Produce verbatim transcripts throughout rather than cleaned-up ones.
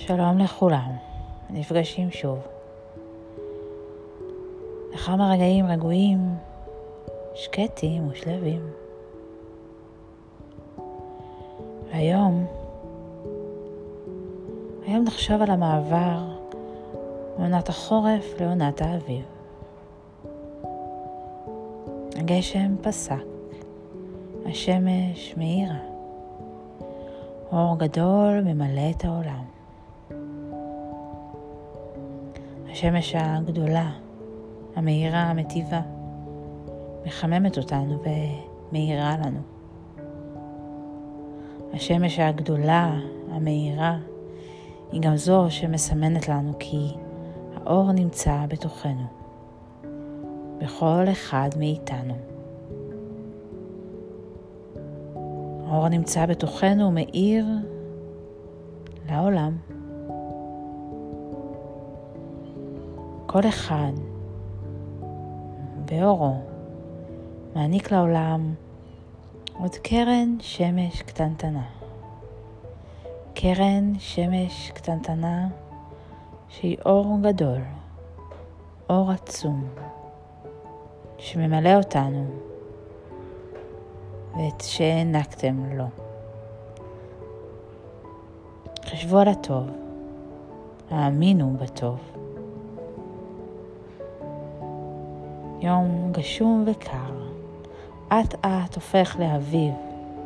שלום לכולם, נפגשים שוב. לכמה רגעים רגועים, שקטים ושלבים. היום, היום נחשוב על המעבר מעונת החורף לעונת האביב. הגשם פסק, השמש מאירה, אור גדול ממלא את העולם. השמש הגדולה, המאירה, המטיבה, מחממת אותנו ומאירה לנו. השמש הגדולה, המאירה, היא גם זו שמסמנת לנו כי האור נמצא בתוכנו, בכל אחד מאיתנו. האור נמצא בתוכנו ומאיר לעולם. כל אחד באורו מעניק לעולם עוד קרן שמש קטנטנה. קרן שמש קטנטנה שהיא אור גדול, אור עצום, שממלא אותנו ואת שהענקתם לו. חשבו על הטוב, האמינו בטוב. יום גשום וקר, אט אט הופך לאביב,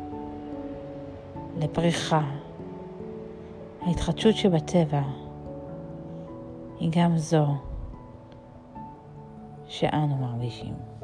לפריחה. ההתחדשות שבטבע היא גם זו שאנו מרגישים.